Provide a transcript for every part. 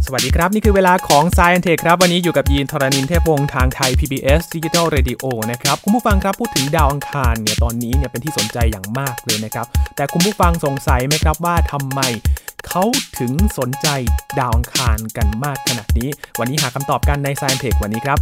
สวัสดีครับนี่คือเวลาของ Science Tech ครับวันนี้อยู่กับยีนทรณินเทพวงศ์ทางไทย PBS Digital Radio นะครับคุณผู้ฟังครับพูดถึงดาวอังคารเนี่ยตอนนี้เนี่ยเป็นที่สนใจอย่างมากเลยนะครับแต่คุณผู้ฟังสงสัยไหมครับว่าทำไมเขาถึงสนใจดาวอังคารกันมากขนาดนี้วันนี้หาคำตอบกันใน Science Tech วันนี้ครับ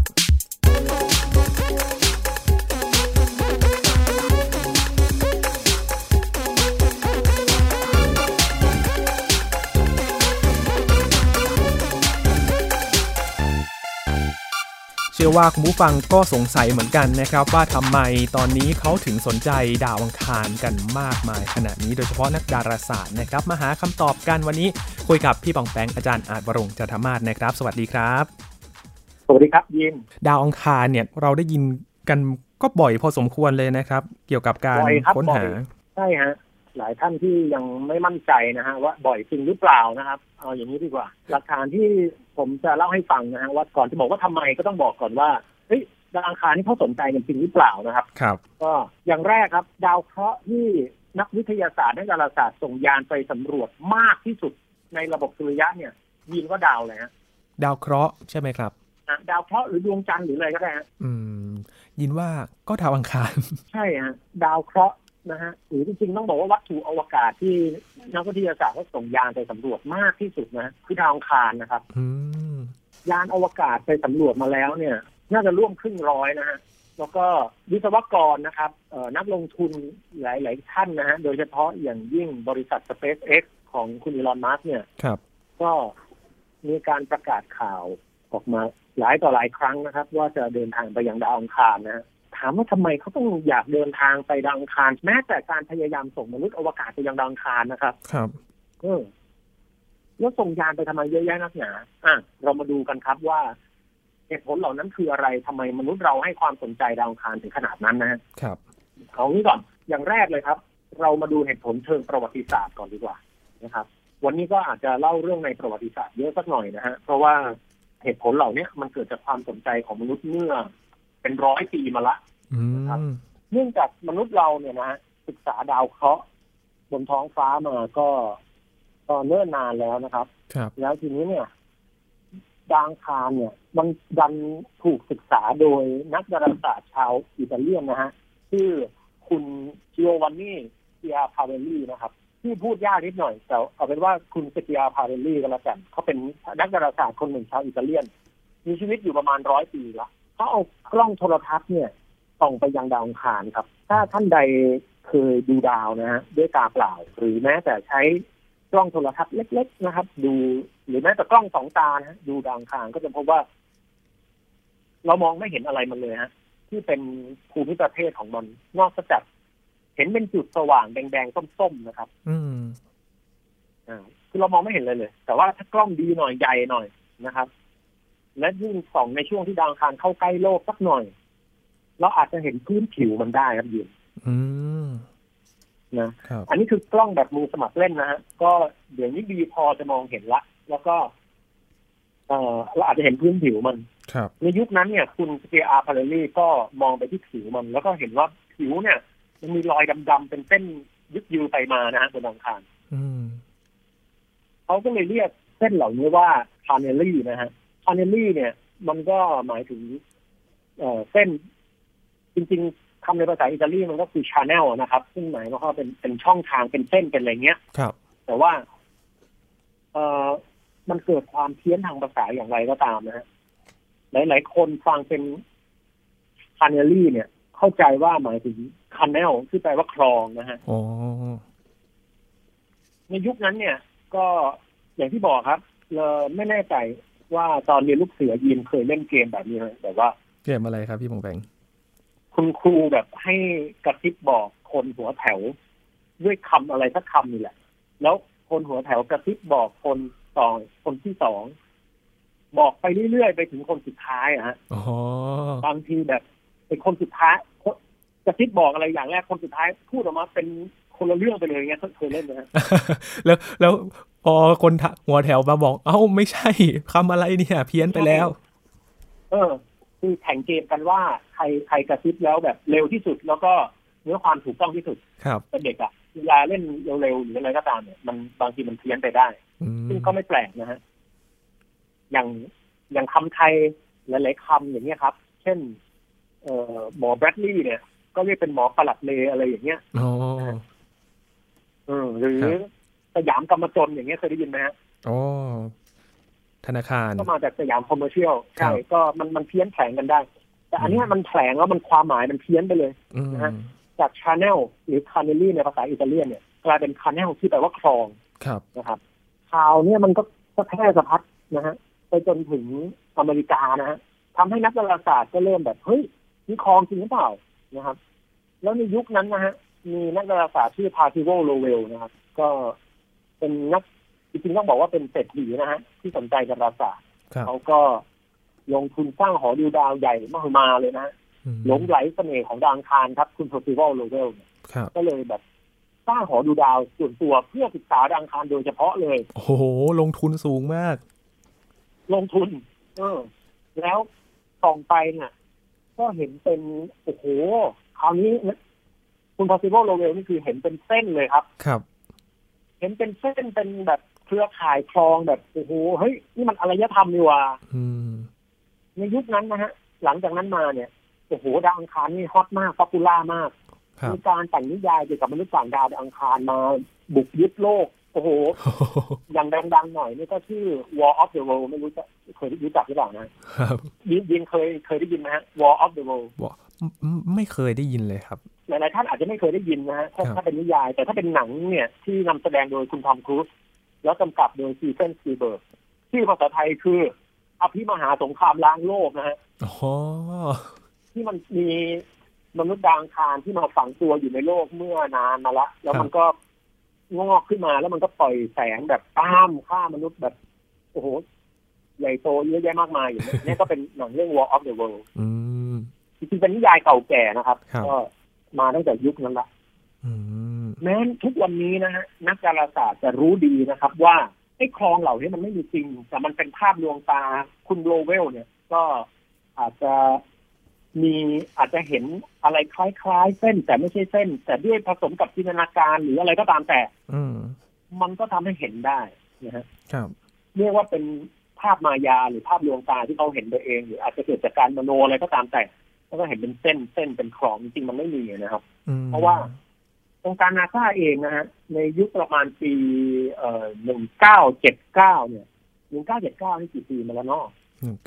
เชื่อว่าคุณผู้ฟังก็สงสัยเหมือนกันนะครับว่าทำไมตอนนี้เขาถึงสนใจดาวอังคารกันมากมายขนาดนี้โดยเฉพาะนักดาราศาสตร์นะครับมาหาคำตอบกันวันนี้คุยกับพี่ปองแปงอาจารย์อาจวรงค์จันทมาศนะครับสวัสดีครับสวัสดีครับยินดาวอังคารเนี่ยเราได้ยินกันก็บ่อยพอสมควรเลยนะครับเกี่ยวกับการค้นหาใช่ฮะหลายท่านที่ยังไม่มั่นใจนะฮะว่าบ่อยจริงหรือเปล่านะครับเอาอย่างนี้ดีกว่าหลักฐานที่ผมจะเล่าให้ฟังนะฮะว่าก่อนจะบอกว่าทำไมก็ต้องบอกก่อนว่าเฮ้ยดาวอังคารนี่เขาสนใจกันจริงหรือเปล่านะครับครับก็อย่างแรกครับดาวเคราะห์ที่นักวิทยาศาสตร์นักดาราศาสตร์ส่งยานไปสำรวจมากที่สุดในระบบสุริยะเนี่ยยินก็ดาวเลยฮะดาวเคราะห์ใช่ไหมครับดาวเคราะห์หรือดวงจันทร์หรืออะไรก็ได้ฮะยินว่าก็ดาวอังคารใช่ฮะดาวเคราะห์นะฮะหรือจริงๆต้องบอกว่าวัตถุอวกาศที่นักวิทยาศาสตร์เขาส่งยานไปสำรวจมากที่สุดนะคือดาวอังคารนะครับยานอวกาศไปสำรวจมาแล้วเนี่ยน่าจะร่วมครึ่งร้อยนะฮะแล้วก็วิศวกรนะครับนักลงทุนหลายๆท่านนะฮะโดยเฉพาะอย่างยิ่งบริษัท SpaceX ของคุณอีลอน มัสก์เนี่ยก็มีการประกาศข่าวออกมาหลายต่อหลายครั้งนะครับว่าจะเดินทางไปยังดาวอังคารนะถามว่าทำไมเขาต้องอยากเดินทางไปดาวอังคารแม้แต่การพยายามส่งมนุษย์อวกาศไปยังดาวอังคารนะครับครับแล้วส่งยานไปทำไมเยอะแยะนักหนาเรามาดูกันครับว่าเหตุผลเหล่านั้นคืออะไรทำไมมนุษย์เราให้ความสนใจดาวอังคารถึงขนาดนั้นนะครับเอางี้ก่อนอย่างแรกเลยครับเรามาดูเหตุผลเชิงประวัติศาสตร์ก่อนดีกว่านะครับวันนี้ก็อาจจะเล่าเรื่องในประวัติศาสตร์เยอะสักหน่อยนะฮะเพราะว่าเหตุผลเหล่านี้มันเกิดจากความสนใจของมนุษย์เมื่อเป็นร้อยปีมาละนะครับเนื่องจากมนุษย์เราเนี่ยนะศึกษาดาวเคราะห์บนท้องฟ้ามาก็เนิ่นนานแล้วนะครับแล้วทีนี้เนี่ยดาวอังคารเนี่ยมันดันถูกศึกษาโดยนักดาราศาสตร์ชาวอิตาเลียนนะฮะชื่อคุณจิโอวานนี่สเปียพาเรลลี่นะครับที่พูดยากนิดหน่อยแต่เอาเป็นว่าคุณสเปียพาเรลลี่ก็แล้วกันเขาเป็นนักดาราศาสตร์คนหนึ่งชาวอิตาเลียนมีชีวิตอยู่ประมาณ100 ปีละเขาเอากล้องโทรทัศน์เนี่ยส่องไปยังดาวอังคารครับถ้าท่านใดเคยดูดาวนะฮะด้วยตาเปล่าหรือแม้แต่ใช้กล้องโทรทัศน์เล็กๆนะครับดูหรือแม้แต่กล้อง2 ตานะดูดาวอังคารก็จะพบว่าเรามองไม่เห็นอะไรมันเลยฮะที่เป็นภูมิประเทศของมันนอกจากเห็นเป็นจุดสว่างแดงๆส้มๆนะครับคือเรามองไม่เห็นเลยแต่ว่าถ้ากล้องดีหน่อยใหญ่หน่อยนะครับและยิ่งส่องในช่วงที่ดาวอังคารเข้าใกล้โลกสักหน่อยเราอาจจะเห็นพื้นผิวมันได้ครับยินนะอันนี้คือกล้องแบบมือสมัครเล่นนะฮะก็เดี๋ยวนี้ดีพอจะมองเห็นละแล้วก็เราอาจจะเห็นพื้นผิวมันในยุคนั้นเนี่ยคุณสเปียร์พาเรลลี่ก็มองไปที่ผิวมันแล้วก็เห็นว่าผิวเนี่ยมันมีรอยดำๆเป็นเส้นยึดยือไปมานะฮะบนดาวอังคารเขาก็เลยเรียกเส้นเหล่านี้ว่าพาเนลลี่นะฮะพาเนลลี่เนี่ยมันก็หมายถึงเส้นจริงๆคำในภาษาอิตาลีมันก็คือ channel นะครับซึ่งหมายว่าเป็นช่องทางเป็นเส้นเป็นอะไรเงี้ยแต่ว่ามันเกิดความเพี้ยนทางภาษาอย่างไรก็ตามนะฮะหลายๆคนฟังเป็น canelli เนี่ยเข้าใจว่าหมายถึง canal ที่แปลว่าคลองนะฮะในยุคนั้นเนี่ยก็อย่างที่บอกครับไม่แน่ใจว่าตอนเรียนลูกเสือยีนเคยเล่นเกมแบบนี้ไหมแต่ว่าเกมอะไรครับพี่ปองแปงคุณครูแบบให้กระซิบบอกคนหัวแถวด้วยคำอะไรสักคำนี่แหละแล้วคนหัวแถวกระซิบบอกคนต่อคนที่สองบอกไปเรื่อยๆไปถึงคนสุดท้ายฮะบางทีแบบเป็นคนสุดท้ายกระซิบบอกอะไรอย่างแรกคนสุดท้ายพูดออกมาเป็นคนละเรื่องไปเลยเงี้ยเคยเล่นนะฮะแล้วพอคนหัวแถวมาบอกเอ้าไม่ใช่คำอะไรเนี่ยเพี้ยนไปแล้วคือแข่งเกมกันว่าใครกระซิบแล้วแบบเร็วที่สุดแล้วก็เนื้อความถูกต้องที่สุดเป็นเด็กอ่ะเวลาเล่นเร็วๆหรืออะไรก็ตามเนี่ยมันบางทีมันเพี้ยนไปได้ซึ่งก็ไม่แปลกนะฮะอย่างคำไทยหลายๆคำอย่างเงี้ยครับเช่นหมอแบรดลีย์เนี่ยก็เรียกเป็นหมอประหลัดเลอะไรอย่างเงี้ยหรือสยามกรรมจนอย่างเงี้ยเคยได้ยินไหมฮะธนาคารก็มาจากสยามคอมเมอร์เชียลใช่ก็มันเพี้ยนแผลงกันได้แต่อันนี้มันแผลงแล้วมันความหมายมันเพี้ยนไปเลยนะฮะจาก channel หรือ cannery ในภาษาอิตาเลียนเนี่ยกลายเป็น canal ที่แปลว่าคลองนะครับข่าวเนี่ยมันก็แพร่สะพัดนะฮะไปจนถึงอเมริกานะฮะทำให้นักดาราศาสตร์ก็เริ่มแบบเฮ้ยนี่คลองจริงหรือเปล่านะครับแล้วในยุคนั้นนะฮะมีนักดาราศาสตร์ชื่อ Percival Lowell นะครับก็เป็นนักจริงๆต้องบอกว่าเป็นเศรษฐีนะฮะที่สนใจดาราศาสตร์เขาก็ลงทุนสร้างหอดูดาวใหญ่มหึมาเลยนะหลงไหลเสน่ห์ของดาวอังคารครับคุณ Percival Lowell ก็เลยแบบสร้างหอดูดาวส่วนตัวเพื่อศึกษาดาวอังคารโดยเฉพาะเลยโอ้โหลงทุนสูงมากลงทุนแล้วส่องไปเนี่ยก็เห็นเป็นโอ้โหคราวนี้คุณ Percival Lowell นี่คือเห็นเป็นเส้นเลยครับเห็นเป็นเส้นเป็นแบบเครือข่ายคลองแบบโอ้โหเฮ้ยนี่มันอารยธรรมนี่ว่าในยุคนั้นนะฮะหลังจากนั้นมาเนี่ยโอ้โหดาวอังคารนี่ฮอตมากป๊อปปูล่ามากมีการแต่งนิยายเกี่ยวกับมนุษย์ต่างดาวดาวอังคารมาบุกยึดโลกโอ้โหอย่างดังๆหน่อยนี่ก็ชื่อ War of the World ไม่รู้จะเคยรู้จักหรือเปล่านะครับยินเคยได้ยินไหมฮะ War of the World ไม่เคยได้ยินเลยครับหลายๆท่านอาจจะไม่เคยได้ยินนะฮะถ้าเป็นนิยายแต่ถ้าเป็นหนังเนี่ยที่นำแสดงโดยคุณทอมครูซแล้วกำกับโดยสตีเฟน สปีลเบิร์กชื่อภาษาไทยคืออภิมหาสงครามล้างโลกนะฮะที่มันมีมนุษย์ดาวอังคารที่มาฝังตัวอยู่ในโลกเมื่อนานมาละแล้วมันก็งอกขึ้นมาแล้วมันก็ปล่อยแสงแบบต้ามฆ่ามนุษย์แบบโอ้โหใหญ่โตเยอะแยะมากมายอย่างนี้ก็เป็นหนังเรื่อง War of the World จริงๆเป็นนิยายเก่าแก่นะครับก็มาตั้งแต่ยุคนั้นละแม้ทุกวันนี้นะฮะนักดาราศาสตร์จะรู้ดีนะครับว่าไอ้คลองเหล่านี้มันไม่มีจริงแต่มันเป็นภาพลวงตาคุณโลเวลเนี่ยก็อาจจะเห็นอะไรคล้ายๆเส้นแต่ไม่ใช่เส้นแต่ด้วยผสมกับจินตนาการหรืออะไรก็ตามแต่มันก็ทำให้เห็นได้นะฮะเรียกว่าเป็นภาพมายาหรือภาพลวงตาที่เขาเห็นตัวเองหรืออาจจะเกิดจากการมโนอะไรก็ตามแต่ก็เห็นเป็นเส้นเป็นคลองจริงๆมันไม่มีนะครับเพราะว่าองค์การนาซาเองนะฮะในยุคประมาณปี1979เนี่ย1979นี่กี่ปีมาแล้วเนาะ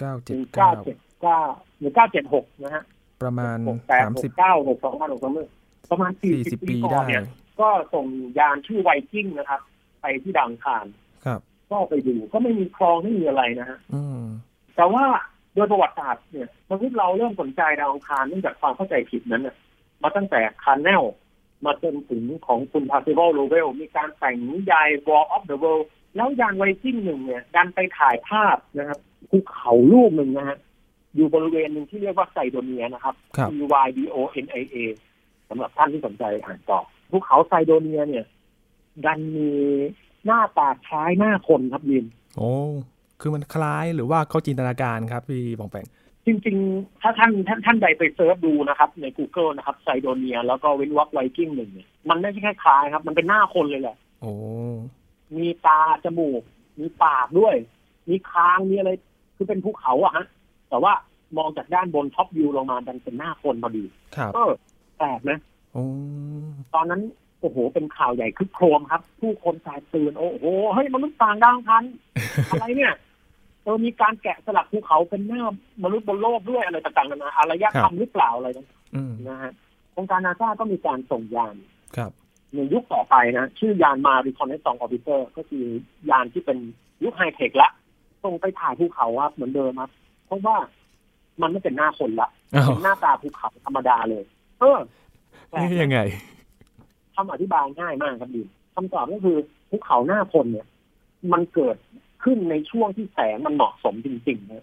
1976นะฮะประมาณ 39 62ประมาณ40 ปีก่อนเนี่ยก็ส่งยานชื่อไวกิ้งนะครับไปที่ดาวอังคารก็ไปดูก็ไม่มีคลองไม่มีอะไรนะฮะแต่ว่าโดยประวัติศาสตร์เนี่ยมนุษย์เราเริ่มสนใจดาวอังคารเนื่องจากความเข้าใจผิดนั้นน่ะมาตั้งแต่คาร์เนลมาจนถึงของคุณ Percival Lowell มีการแต่งนิยาย War of the World แล้วยานไวกิ้งหนึ่งเนี่ยดันไปถ่ายภาพนะครับภูเขาลูกหนึ่งนะฮะอยู่บริเวณหนึ่งที่เรียกว่าไซโดเนียนะครับ CYDONIA สำหรับท่านที่สนใจอ่านต่อภูเขาไซโดเนียเนี่ยดันมีหน้าตาคล้ายหน้าคนครับยินคือมันคล้ายหรือว่าเขาจินตนาการครับพี่บองแปงจริงๆถ้าท่านใดไปเซิร์ชดูนะครับใน Google นะครับไซโดเนียแล้วก็เว้นวรรคไวกิ้งหนึ่งเนี่ยมันไม่ใช่แค่คล้ายครับมันเป็นหน้าคนเลยแหละมีตาจมูกมีปากด้วยมีคางมีอะไรคือเป็นภูเขาอะฮะแต่ว่ามองจากด้านบนท็อปวิวลงมาดันเป็นหน้าคนพอดีแปลกนะตอนนั้นโอ้โหเป็นข่าวใหญ่คึกโครมครับผู้คนแตกตื่นโอ้โหเฮ้ยมนุษย์ต่างดาวพันอะไรเนี่ยมีการแกะสลักภูเขาเป็นหน้ามนุษย์บนโลกด้วยอะไรต่างๆนานาอารยธรรมหรือเปล่าอะไรนะฮะองค์การนาซาก็มีการส่งยานในยุคต่อไปนะชื่อยานมารีคอนเนซองออร์บิเตอร์ก็คือยานที่เป็นยุคไฮเทคละส่งไปถ่ายภูเขาครับเหมือนเดิมครับเพราะว่ามันไม่เป็นหน้าคนละเป็นหน้าตาภูเขาธรรมดาเลยนี่ยังไงคำอธิบายง่ายมากครับดิคำตอบก็คือภูเขาหน้าคนเนี่ยมันเกิดขึ้นในช่วงที่แสงมันเหมาะสมจริงๆนะ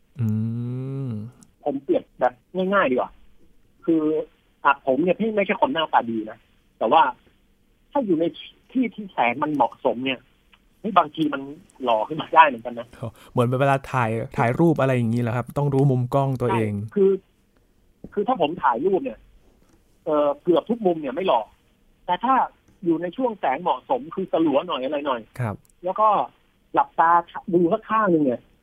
ผมเปรียบแบบง่ายๆดีกว่าคือผมเนี่ยพี่ไม่ใช่คนหน้าตาดีนะแต่ว่าถ้าอยู่ในที่แสงมันเหมาะสมเนี่ยบางทีมันหล่อขึ้นมาได้เหมือนกันนะเหมือนเวลาถ่ายรูปอะไรอย่างนี้แหละครับต้องรู้มุมกล้องตัวเองคือถ้าผมถ่ายรูปเนี่ยเกือบทุกมุมเนี่ยไม่หล่อแต่ถ้าอยู่ในช่วงแสงเหมาะสมคือสลัวหน่อยอะไรหน่อยครับแล้วก็หลับตาดูข้างๆนึงเนี่ย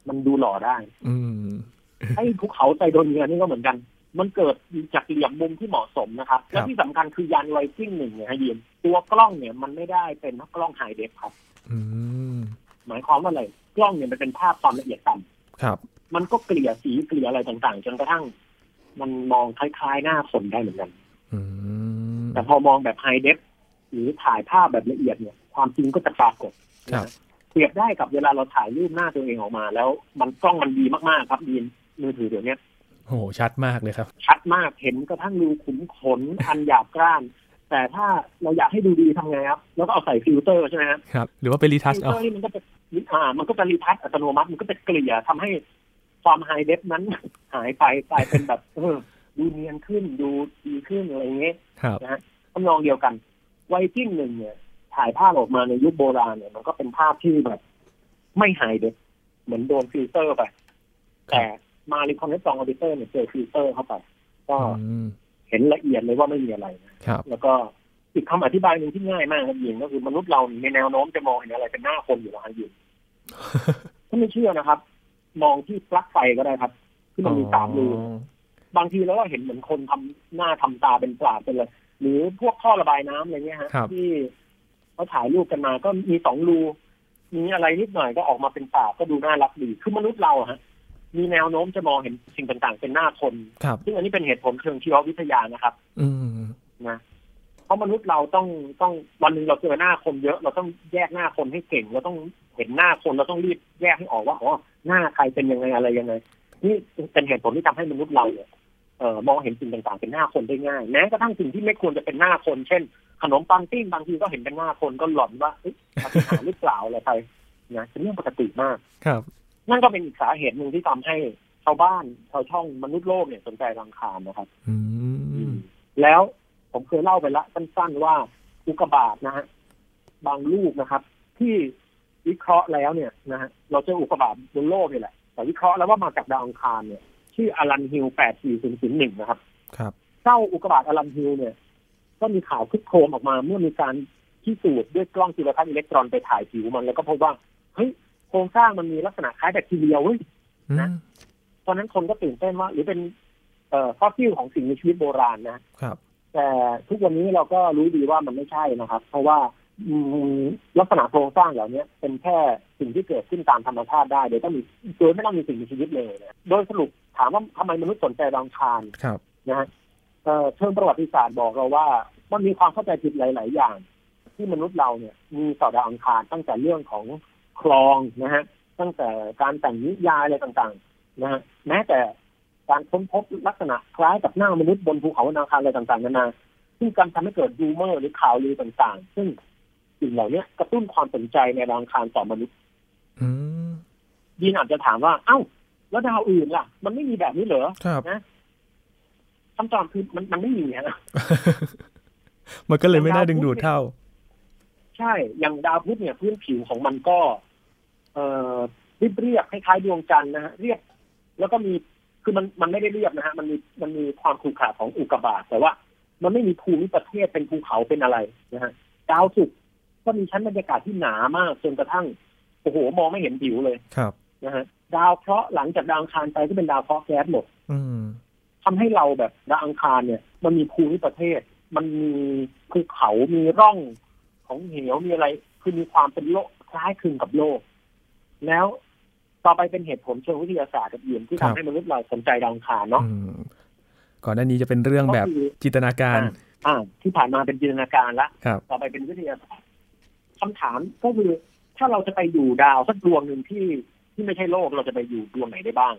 มันดูหล่อได้ไอ้ภูเขาไซโดเนียนี่ก็เหมือนกันมันเกิดจากเหลี่ยมมุมที่เหมาะสมนะครับและที่สำคัญคือยานไวกิ้ง1เนี่ยฮะยินตัวกล้องเนี่ยมันไม่ได้เป็นกล้องไฮเดฟครับหมายความว่าอะไรกล้องเนี่ยมันเป็นภาพความละเอียดต่ำครับมันก็เกลี่ยสีเกลี่ยอะไรต่างๆจนกระทั่งมันมองคล้ายๆหน้าคนได้เหมือนกันแต่พอมองแบบไฮเดฟหรือถ่ายภาพแบบละเอียดเนี่ยความจริงก็จะปรากฏเปรียบได้กับเวลาเราถ่ายรูปหน้าตัวเองออกมาแล้วมันกล้องมันดีมากๆครับยินมือถือเดี๋ยวนี้โอ้ชัดมากเลยครับชัดมากเห็นกระทั่งรูขุมขนอันหยาบกร้านแต่ถ้าเราอยากให้ดูดีทำไงครับแล้วก็เอาใส่ฟิลเตอร์ใช่ไหมครับหรือว่าไปรีทัชเอาฟิลเตอร์นี่มันก็จะรีทัชอัตโนมัติมันก็จะเกลี่ยทำให้ความไฮเดฟนั้นหายไปกลายเป็นแบบดูเนียนขึ้นดูดีขึ้นอะไรเงี้ยนะฮะทำนองเดียวกันไวกิ้ง1เนี่ยถ่ายภาพออกมาในยุคโบราณเนี่ยมันก็เป็นภาพที่แบบไม่ไฮเดฟเหมือนโดนฟิลเตอร์ไปแต่มาริคอนเนตตองออดิเตอร์เนี่ยเจอฟิลเตอร์เข้าไปก็เห็นละเอียดเลยว่าไม่มีอะไรนะครับแล้วก็อีกคำอธิบายหนึ่งที่ง่ายมากครับยิงก็คือมนุษย์เราในแนวโน้มจะมองเห็นอะไรเป็นหน้าคนอยู่แล้วยิงถ้าไม่เชื่อนะครับมองที่ปลั๊กไฟก็ได้ครับที่มันมี3รูบางทีแล้วก็เห็นเหมือนคนทำหน้าทำตาเป็นปลาเป็นเลยหรือพวกท่อระบายน้ำอะไรเงี้ยฮะที่เขาถ่ายรูปกันมาก็มี2รูมีอะไรนิดหน่อยก็ออกมาเป็นปากก็ดูน่ารักดีคือมนุษย์เราฮะมีแนวโน้มจะมองเห็นสิ่งต่างๆเป็นหน้าคนซึ่งอันนี้เป็นเหตุผลเชิงชีววิทยานะครับนะเพราะมนุษย์เราต้องวันนึงเราเจอหน้าคนเยอะเราต้องแยกหน้าคนให้เก่งเราต้องเห็นหน้าคนเราต้องรีบแยกให้ออกว่าอ๋อหน้าใครเป็นยังไงอะไรยังไงนี่เป็นเหตุผลที่ทำให้มนุษย์เราเนี่ยมองเห็นสิ่งต่างๆเป็นหน้าคนได้ง่ายแม้กระทั่งสิ่งที่ไม่ควรจะเป็นหน้าคนเช่นขนมปังปิ้งบางทีก็เห็นเป็นหน้าคนก็หลอนว่าปาฏิหาริย์หรือเปล่าอะไรไปนะเป็นเรื่องปกติมากครับนั่นก็เป็นอีกสาเหตุหนึ่งที่ทำให้ชาวบ้านชาวช่องมนุษย์โลกเนี่ยสนใจดาวอังคารนะครับแล้วผมเคยเล่าไปละสั้นๆว่าอุกกาบาตนะฮะบางลูกนะครับที่วิเคราะห์แล้วเนี่ยนะฮะเราเจออุกกาบาตบนโลกนี่แหละแต่วิเคราะห์แล้วว่ามาจากดาวอังคารเนี่ยชื่ออลันฮิล84001นะครับครับเจ้าอุกกาบาตอลันฮิลเนี่ยก็มีข่าวคึกโครมออกมาเมื่อมีการพิสูจน์ด้วยกล้องจุลทรรศน์อิเล็กตรอนไปถ่ายผิวมันแล้วก็พบว่าเฮ้ยโครงสร้างมันมีลักษณะคล้ายแบคทีเรียเว้ยนะตอนนั้นคนก็ตื่นเต้นว่าหรือเป็นฟอสซิลของสิ่งมีชีวิตโบราณนะครับแต่ทุกวันนี้เราก็รู้ดีว่ามันไม่ใช่นะครับเพราะว่าลักษณะโครงสร้างเหล่านี้เป็นแค่สิ่งที่เกิดขึ้นตามธรรมชาติได้โดยไม่ต้องมีสิ่งมีชีวิตเลยนะโดยสรุปถามว่าทำไมมนุษย์สนใจดาวอังคารนะฮะเชิงประวัติศาสตร์บอกเราว่ามันมีความเข้าใจผิดหลายๆอย่างที่มนุษย์เราเนี่ยมีต่อดาวอังคารตั้งแต่เรื่องของคลองนะฮะตั้งแต่การแต่งนิยายอะไรต่างๆนะฮะแม้แต่การค้นพบลักษณะคล้ายกับหน้ามนุษย์บนภูเขาดาวอังคารอะไรต่างๆนานาซึ่งการทำให้เกิดรูเมอร์หรือข่าวลือต่างๆซึ่งสิ่งเหล่านี้กระตุ้นความสนใจในดาวอังคารต่อมนุษย์ยินอาจจะถามว่าเอ้าแล้วดาวอื่นล่ะมันไม่มีแบบนี้เหรอนะคำตอบคือมันไม่มีนะมันก็เลยไม่น่าดึงดูดเท่าใช่อย่างดาวพุธเนี่ยพื้นผิวของมันก็เรียบคล้ายๆดวงจันทร์นะฮะเรียบแล้วก็มีคือมันไม่ได้เรียบนะฮะมันมีความขรุขระของอุกกาบาตแต่ว่ามันไม่มีภูมิประเทศเป็นภูเขาเป็นอะไรนะฮะดาวศุกร์ก็มีชั้นบรรยากาศที่หนามากจนกระทั่งโอ้โหมองไม่เห็นผิวเลยครับนะฮะดาวเคราะห์หลังจากดาวอังคารไปก็เป็นดาวเคราะห์แก๊สหมดทำให้เราแบบดาวอังคารเนี่ยมันมีภูมิประเทศมันมีภูเขามีร่องของเหวมีอะไรคือมีความเป็นโลกคล้ายคลึงกับโลกแล้วต่อไปเป็นเหตุผลเชิงวิทยาศาสตร์กับอื่นที่ทำให้มนุษย์เราสนใจดาวอังคารเนาะก่อนหน้านี้จะเป็นเรื่องแบบจินตนาการที่ผ่านมาเป็นจินตนาการละต่อไปเป็นวิทยาศาสตร์คำถามก็คือถ้าเราจะไปอยู่ดาวสักดวงหนึ่งที่ไม่ใช่โลกเราจะไปอยู่ดวงไหนได้บ้าง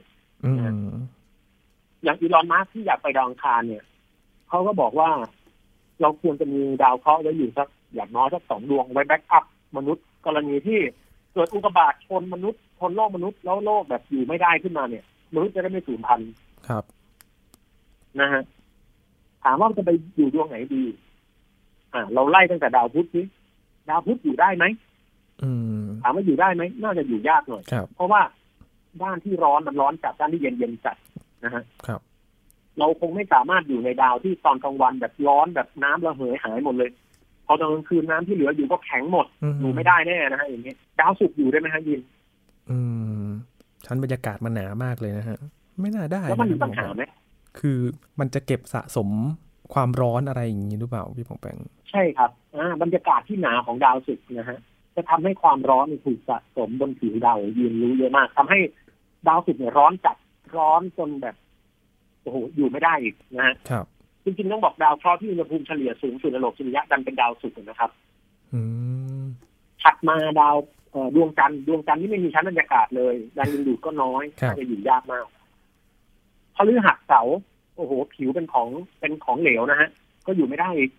อย่างอีลอนมัสก์ที่อยากไปดาวอังคารเนี่ยเขาก็บอกว่าเราควรจะมีดาวเคราะห์ไว้อยู่สักอย่างน้อยสัก2 ดวงไว้แบ็กอัพมนุษย์กรณีที่เกิดอุกกาบาตชนมนุษย์ชนโลกมนุษย์แล้วโลกแบบอยู่ไม่ได้ขึ้นมาเนี่ยมนุษย์จะได้ไม่สูญพันธุ์ครับนะฮะถามว่าจะไปอยู่ดวงไหนดีเราไล่ตั้งแต่ดาวพุธนี้ดาวพุธอยู่ได้ไหมถามว่าอยู่ได้ไหมน่าจะอยู่ยากหน่อยเพราะว่าด้านที่ร้อนมันร้อนจัดด้านที่เย็นจัดนะฮะครับเราคงไม่สามารถอยู่ในดาวที่ตอนกลางวันแบบร้อนแบบน้ำระเหยหายหมดเลยพอตอนกลางคืนน้ำที่เหลืออยู่ก็แข็งหมดอยู่ไม่ได้แน่นะฮะอย่างนี้ดาวศุกร์อยู่ได้ไหมฮะยินชั้นบรรยากาศมันหนามากเลยนะฮะไม่น่าได้แล้วมันมีปัญหาไหมคือมันจะเก็บสะสมความร้อนอะไรอย่างนี้หรือเปล่าพี่ปองแปงใช่ครับบรรยากาศที่หนาของดาวศุกร์นะฮะจะทำให้ความร้อนถูกสะสมบนผิวดาวยืนรู้เยอะมากทำให้ดาวศุกร์เนี่ยร้อนจัดร้อนจนแบบโอ้โหอยู่ไม่ได้อีกนะฮะครับจริงๆต้องบอกดาวเคราะห์ที่อุณหภูมิเฉลี่ยสูงสุดในโลกสุริยะดันเป็นดาวศุกร์นะครับถัดมาดาวดวงจันทร์ที่ไม่มีชั้นบรรยากาศเลยแรงดึงดูดก็น้อยจะอยู่ยากมากพฤหัสเสาร์โอ้โหผิวเป็นของเหลวนะฮะก็อยู่ไม่ได้อีก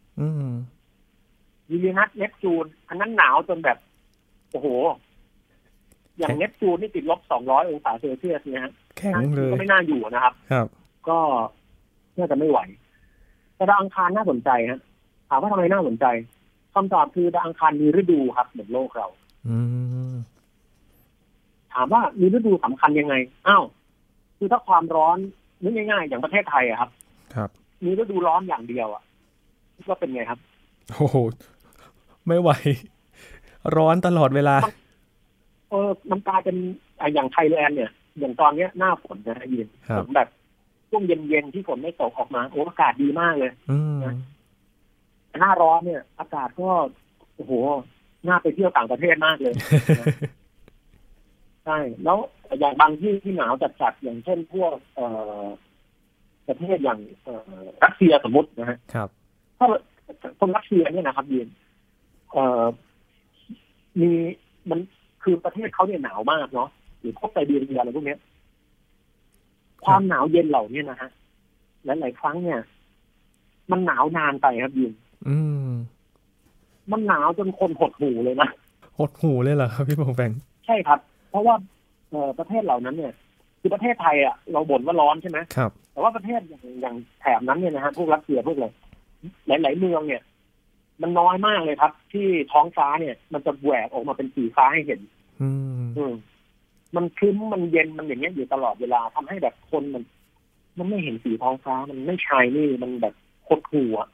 ยูเรนัสเนปจูนอันนั้นหนาวจนแบบโอ้โหอย่างเนปจูนนี่ติด-200 องศาเซลเซียสเนี่ยฮะแข็งเลยก็ไม่น่าอยู่นะครับครับก็น่าจะไม่ไหวแต่ดาวอังคารน่าสนใจฮะถามว่าทำไมน่าสนใจคำตอบคือดาวอังคารมีฤดูครับเหมือนโลกเราถามว่ามีฤดูสำคัญยังไงคือถ้าความร้อนนึกง่ายๆอย่างประเทศไทยอะครับมีฤดูร้อนอย่างเดียวอะก็เป็นไงครับโอ้โหไม่ไหวร้อนตลอดเวลามันกลายเป็นอย่างไทยแลนด์เนี่ยอย่างตอนนี้หน้าฝนนะยินฝนแบบช่วงเย็นๆที่ฝนไม่ตกออกมาโอ้อากาศดีมากเลยหน้าร้อนเนี่ยอากาศก็โอ้โหน่าไปเที่ยวต่างประเทศมากเลยใช่แล้วอย่างบางที่ที่หนาวจัดๆอย่างเช่นพวกประเทศอย่างรัสเซียสมมตินะฮะครับถ้าคนรัสเซียเนี่ยนะครับยินมีมันคือประเทศเขาเนี่ยหนาวมากเนาะหรือพวกไซบีเรียอะไรพวกนี้ความหนาวเย็นเหล่านี้นะฮะหลายๆครั้งเนี่ยมันหนาวนานไปครับยินมันหนาวจนคนหดหู่เลยนะหดหู่เลยเหรอครับพี่ปองแปงใช่ครับเพราะว่าประเทศเหล่านั้นเนี่ยคือประเทศไทยอ่ะเราบ่นว่าร้อนใช่ไหมครับแต่ว่าประเทศอย่างแถบนั้นเนี่ยนะฮะพวกรัสเซียพวกอะไรหลายๆเมืองเนี่ยมันน้อยมากเลยครับที่ท้องฟ้าเนี่ยมันจะแหวกออกมาเป็นสีฟ้าให้เห็นมันครึ้มมันเย็นมันอย่างเงี้ยอยู่ตลอดเวลาทำให้แบบคนมันไม่เห็นสีท้องฟ้ามันไม่ชายนี่มันแบบหดหู่อ่ะ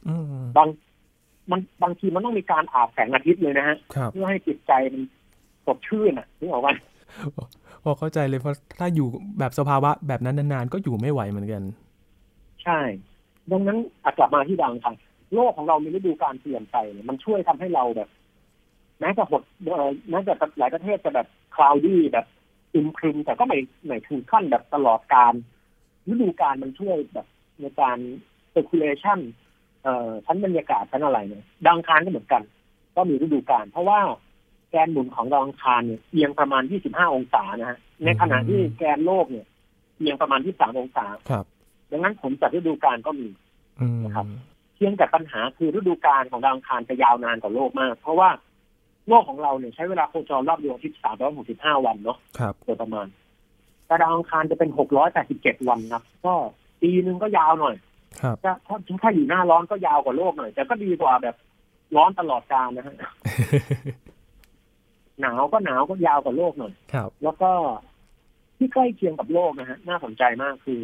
บางทีมันต้องมีการอาบแสงอาทิตย์เลยนะฮะเพื่อให้จิตใจมันสดชื่นอ่ะนึกออกไหมพอเข้าใจเลยเพราะถ้าอยู่แบบสภาวะแบบนั้นนานๆก็อยู่ไม่ไหวเหมือนกันใช่ดังนั้นกลับมาที่ดังค่ะโลกของเรามีฤดูกาลเปลี่ยนไปมันช่วยทำให้เราแบบแม้จะหลายประเทศจะแบบคลาวดี้แบบอึมครึมแต่ก็ไม่ถึงขั้นแบบตลอดกาลฤดูกาลมันช่วยแบบในการ circulation ชั้นบรรยากาศชั้นอะไรเนี่ยดาวอังคารก็เหมือนกันก็มีฤดูกาลเพราะว่าแกนหมุนของดาวอังคารเนี่ยเอียงประมาณ25องศานะฮะในขณะที่แกนโลกเนี่ยเอียงประมาณ23องศาครับดังนั้นผมจัดฤดูกาลก็มีนะครับเพียงแต่ปัญหาคือฤดูกาลของดาวอังคารจะยาวนานกว่าโลกมากเพราะว่าโลกของเราเนี่ยใช้เวลาโคจรรอบดวงอาทิตย์365วันเนาะโดยประมาณแต่ดาวอังคารจะเป็น687วันนะก็ปีนึงก็ยาวหน่อยถ้าอยู่หน้าร้อนก็ยาวกว่าโลกหน่อยแต่ก็ดีกว่าแบบร้อนตลอดกาลนะฮะ หนาวก็ยาวกว่าโลกหน่อยแล้วก็ที่ใกล้เคียงกับโลกนะฮะน่าสนใจมากคือ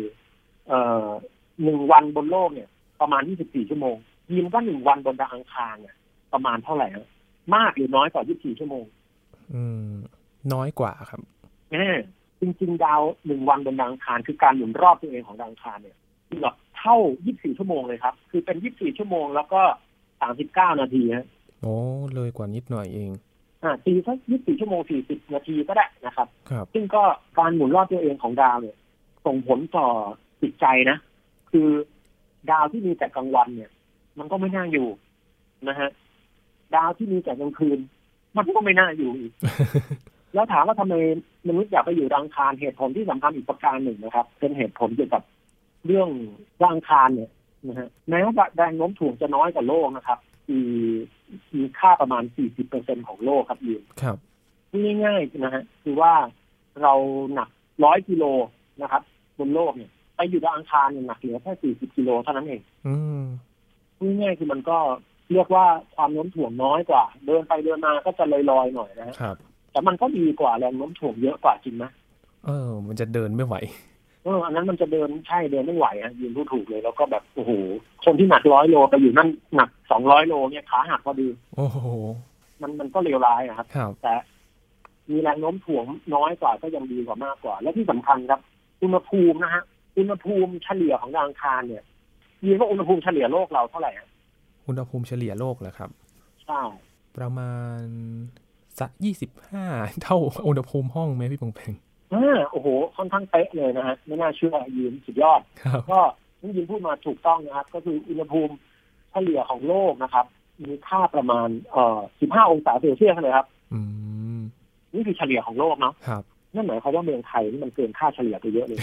1วันบนโลกเนี่ยประมาณ24ชั่วโมงยิมก็1วันบนดาวอังคารเนี่ยประมาณเท่าไหร่ครับมากหรือน้อยกว่า24ชั่วโมงน้อยกว่าครับจริงๆดาว1วันบนดาวอังคารคือการหมุนรอบตัวเองของดาวอังคารเนี่ยแบบเท่า24ชั่วโมงเลยครับคือเป็น24ชั่วโมงแล้วก็39นาทีฮะโอ้เลยกว่านิดหน่อยเองตีสัก24ชั่วโมง40นาทีก็ได้นะครับซึ่งก็การหมุนรอบตัวเองของดาวเนี่ยส่งผลต่อจิตใจนะคือดาวที่มีแต่กลางวันเนี่ยมันก็ไม่น่าอยู่นะฮะดาวที่มีแต่กลางคืนมันก็ไม่น่าอยู่อีก แล้วถามว่าทำไมมนุษย์อยากไปอยู่ดาวอังคารเหตุผลที่สำคัญอีกประการหนึ่งนะครับเป็นเหตุผลเกี่ยวกับเรื่องดาวอังคารเนี่ยนะฮะแม้ว่าแรงโน้มถ่วงจะน้อยกว่าโลกนะครับมีค่าประมาณ 40% ของโลกครับยืนครับง่ายๆนะฮะคือว่าเราหนัก100กิโลนะครับบนโลกเนี่ยไปอยู่ดาวอังคารเนี่ยหนักเหลือแค่40กิโลเท่านั้นเองง่ายๆคือมันก็เรียกว่าความโน้มถ่วงน้อยกว่าเดินไปเดินมาก็จะลอยๆหน่อยนะครับแต่มันก็ดีกว่าแรงโน้มถ่วงเยอะกว่าจริงไหมมันจะเดินไม่ไหวอันนั้นมันจะเดินไม่ไหวยืนพูดถูกเลยแล้วก็แบบโอ้โหคนที่หนัก100โลไปอยู่นั่นหนัก200โลเนี่ยขาหักพอดีโอ้โหมันก็เลวร้ายครับแต่มีแรงโน้มถ่วงน้อยกว่าก็ยังดีกว่ามากกว่าและที่สำคัญครับอุณหภูมินะฮะอุณหภูมิเฉลี่ยของดาวอังคารเนี่ยยินว่าอุณหภูมิเฉลี่ยโลกเราเท่าไหร่อุณหภูมิเฉลี่ยโลกเหรอครับใช่ประมาณสัก25เท่าอุณหภูมิห้องไหมพี่ปองแปงโอ้โหค่อนข้างเป๊ะเลยนะฮะไม่น่าเชื่อยินสุดยอดก็ยินพูดมาถูกต้องนะครับก็คืออุณหภูมิเฉลี่ยของโลกนะครับมีค่าประมาณ15 องศาเซลเซียสเลยครับนี่คือเฉลี่ยของโลกเนาะนั่นหมายความว่าเมืองไทยนี่มันเกินค่าเฉลี่ยไปเยอะเลย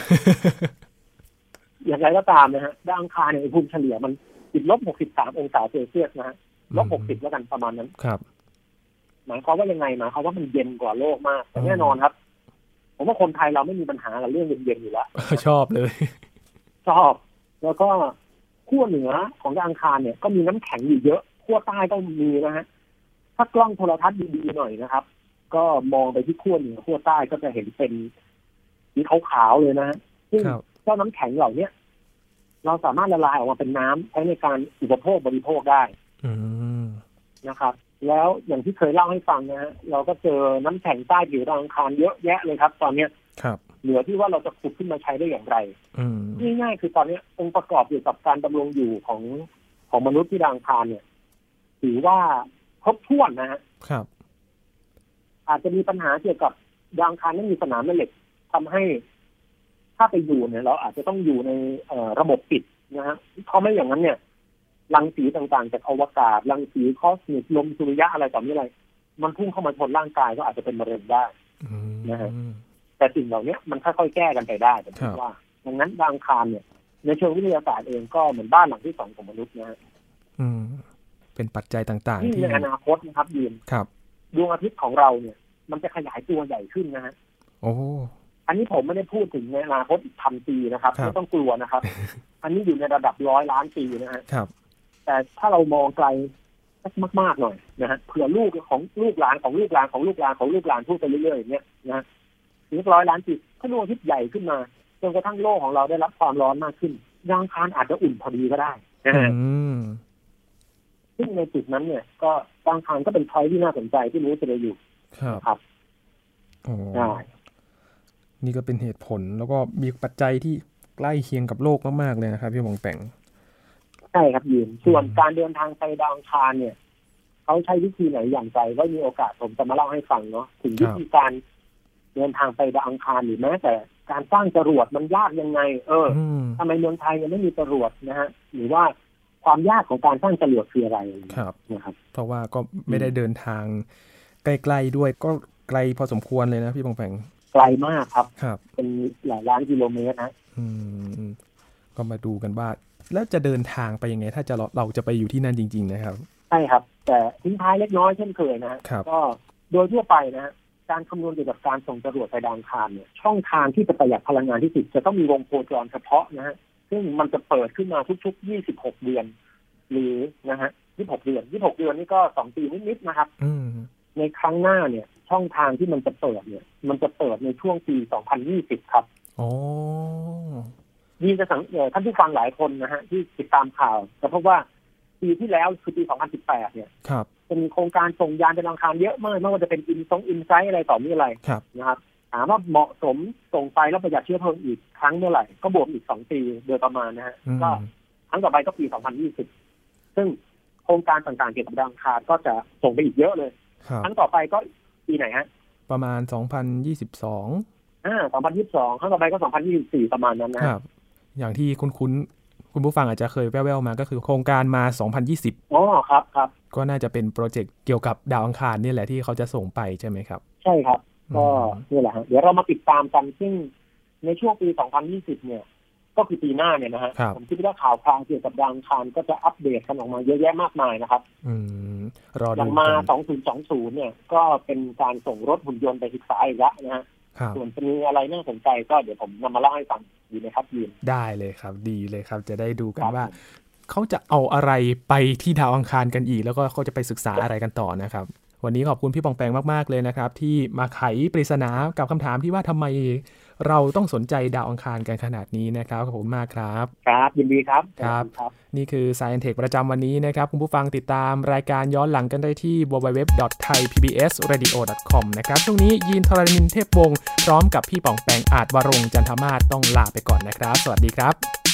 อย่างไรก็ตามนะฮะดาวอังคารเนี่ยอุณหภูมิเฉลี่ยมันติดลบ63 องศาเซลเซียสนะฮะ-60แล้วกันประมาณนั้นครับหมายความว่ายังไงหมายความว่ามันเย็นกว่าโลกมากแต่แน่นอนครับผมว่าคนไทยเราไม่มีปัญหากับเรื่องเย็นๆอยู่แล้วชอบเลยชอบแล้วก็ขั้วเหนือของดาวอังคารเนี่ยก็มีน้ำแข็งอยู่เยอะขั้วใต้ก็มีนะฮะถ้ากล้องโทรทัศน์ดีๆหน่อยนะครับก็มองไปที่ขั้วเหนือขั้วใต้ก็จะเห็นเป็นสีขาวๆเลยนะฮะซึ่งเจ้าน้ำแข็งเหล่านี้เราสามารถละลายออกมาเป็นน้ำใช้ในการอุปโภคบริโภคได้นะครับแล้วอย่างที่เคยเล่าให้ฟังนะฮะเราก็เจอน้ำแข็งใต้ผิวดาวอังคารเยอะแยะเลยครับตอนนี้เหลือที่ว่าเราจะขุดขึ้นมาใช้ได้อย่างไรง่ายๆคือตอนนี้องค์ประกอบเกี่ยวกับการดำรงอยู่ของมนุษย์ที่ดาวอังคารเนี่ยถือว่าครบถ้วนนะฮะอาจจะมีปัญหาเกี่ยวกับดาวอังคารไม่มีสนามแม่เหล็กทำให้ถ้าไปอยู่เนี่ยเราอาจจะต้องอยู่ในระบบปิดนะฮะเพราะไม่อย่างนั้นเนี่ยรังสีต่างๆจากอวกาศรังสีคอสมิกลมสุริยะอะไรต่อมีอะไรมันพุ่งเข้ามาชนร่างกายก็อาจจะเป็นมะเร็งได้นะฮะแต่สิ่งเหล่านี้มันค่อยๆแก้กันไปได้ผมคิดว่าดังนั้นดาวอังคารเนี่ยในเชิงวิทยาศาสตร์เองก็เหมือนบ้านหลังที่2ของมนุษย์นะฮะเป็นปัจจัยต่างๆที่ในอนาคตนะครับยืนดวงอาทิตย์ของเราเนี่ยมันจะขยายตัวใหญ่ขึ้นนะฮะอันนี้ผมไม่ได้พูดถึงในอนาคตอีก1,000 ปีนะครับไม่ต้องกลัวนะครับอันนี้อยู่ในระดับ100 ล้านปีนะฮะแต่ถ้าเรามองไกลมากๆหน่อยนะฮะเผื่อลูกของลูกหลานของลูกหลานของลูกหลานของลูกหลานพูดไปเรื่อยๆอย่างเงี้ยนะถึง100 ล้านปีถ้าดวงอาทิตย์ใหญ่ขึ้นมาจนกระทั่งโลกของเราได้รับความร้อนมากขึ้นดาวอังคารอาจจะอุ่นพอดีก็ได้นะฮะซึ่งในจุดนั้นเนี่ยก็ดาวอังคารก็เป็นพอยที่น่าสนใจที่รู้จะได้อยู่ครับนี่ก็เป็นเหตุผลแล้วก็มีปัจจัยที่ใกล้เคียงกับโลกมากๆเลยนะครับพี่มองแปงใช่ครับยืนส่วนการเดินทางไปดาวอังคารเนี่ยเขาใช้วิธีไหนอย่างไรก็มีโอกาสผมจะมาเล่าให้ฟังเนาะถึงวิธีการเดินทางไปดาวอังคารหรือแม้แต่การสร้างจรวดมันยากยังไงทำไมเมืองไทยยังไม่มีจรวดนะฮะหรือว่าความยากของการสร้างจรวดคืออะไรนะครับเพราะว่าก็ไม่ได้เดินทางใกล้ๆด้วยก็ไกลพอสมควรเลยนะพี่มองแปงไกลมากครับเป็นหลายล้านกิโลเมตรนะก็มาดูกันว่าแล้วจะเดินทางไปยังไงถ้าเราจะไปอยู่ที่นั่นจริงๆนะครับใช่ครับแต่ทิ้งท้ายเล็กน้อยเช่นเคยนะก็โดยทั่วไปนะการคำนวณเกี่ยวกับการส่งจรวดไปดาวอังคารเนี่ยช่องทางที่จะประหยัดพลังงานที่สุดจะต้องมีวงโคจรเฉพาะนะฮะซึ่งมันจะเปิดขึ้นมาทุกๆ26 เดือนหรือนะฮะ26 เดือนนี่ก็2 ปีนิดๆนะครับในครั้งหน้าเนี่ยช่องทางที่มันจะเปิดเนี่ยมันจะเปิดในช่วงปี2020ครับนี่จะท่านผู้ฟังหลายคนนะฮะที่ติดตามข่าวจะพบว่าปีที่แล้วคือปี2018เนี่ยจะมีโครงการส่งยานไปดาวอังคารเยอะมากไม่ว่าจะเป็นอินไซต์อะไรต่อมีอะไรนะครับถามว่าเหมาะสมส่งไปแล้วประหยัดเชื้อเพลิงอีกครั้งเมื่อไหร่ก็บวกอีก2 ปีโดยประมาณนะฮะก็ครั้งต่อไปก็ปี2020ซึ่งโครงการต่างๆเกี่ยวกับดาวอังคารก็จะส่งไปอีกเยอะเลยครั้งต่อไปก็ปีไหนฮะประมาณ2022 2022ครั้งต่อไปก็2024ประมาณนั้นนะครับอย่างที่คุณผู้ฟังอาจจะเคยแว่วๆมาก็คือโครงการมา2020 ครับก็น่าจะเป็นโปรเจกต์เกี่ยวกับดาวอังคารนี่แหละที่เขาจะส่งไปใช่ไหมครับใช่ครับก็นี่แหละฮะเดี๋ยวเรามาติดตามกันซึ่งในช่วงปี2020เนี่ยก็คือปีหน้าเนี่ยนะฮะผมคิดว่าข่าวคราวเกี่ยวกับดาวอังคารก็จะอัปเดตกันออกมาเยอะแยะมากมายนะครับอย่างมา2020เนี่ยก็เป็นการส่งรถหุ่นยนต์ไปศึกษาอีกแล้วนะฮะส่วนจะมีอะไรน่าสนใจก็เดี๋ยวผมนำมาเล่าให้ฟังดีไหมครับยืนได้เลยครับดีเลยครับจะได้ดูกันว่าเขาจะเอาอะไรไปที่ดาวอังคารกันอีกแล้วก็เขาจะไปศึกษาอะไรกันต่อนะครับวันนี้ขอบคุณพี่ปองแปงมากๆเลยนะครับที่มาไขปริศนากับคำถามที่ว่าทำไมเราต้องสนใจดาวอังคารกันขนาดนี้นะครับขอบคุณมากครับครับยินดีครับครับนี่คือ Science Tech ประจำวันนี้นะครับคุณผู้ฟังติดตามรายการย้อนหลังกันได้ที่ www.thaipbsradio.com นะครับช่วงนี้ยีนทรณินเทพวงศ์พร้อมกับพี่ป๋องแปงอาจวรงค์จันทมาศต้องลาไปก่อนนะครับสวัสดีครับ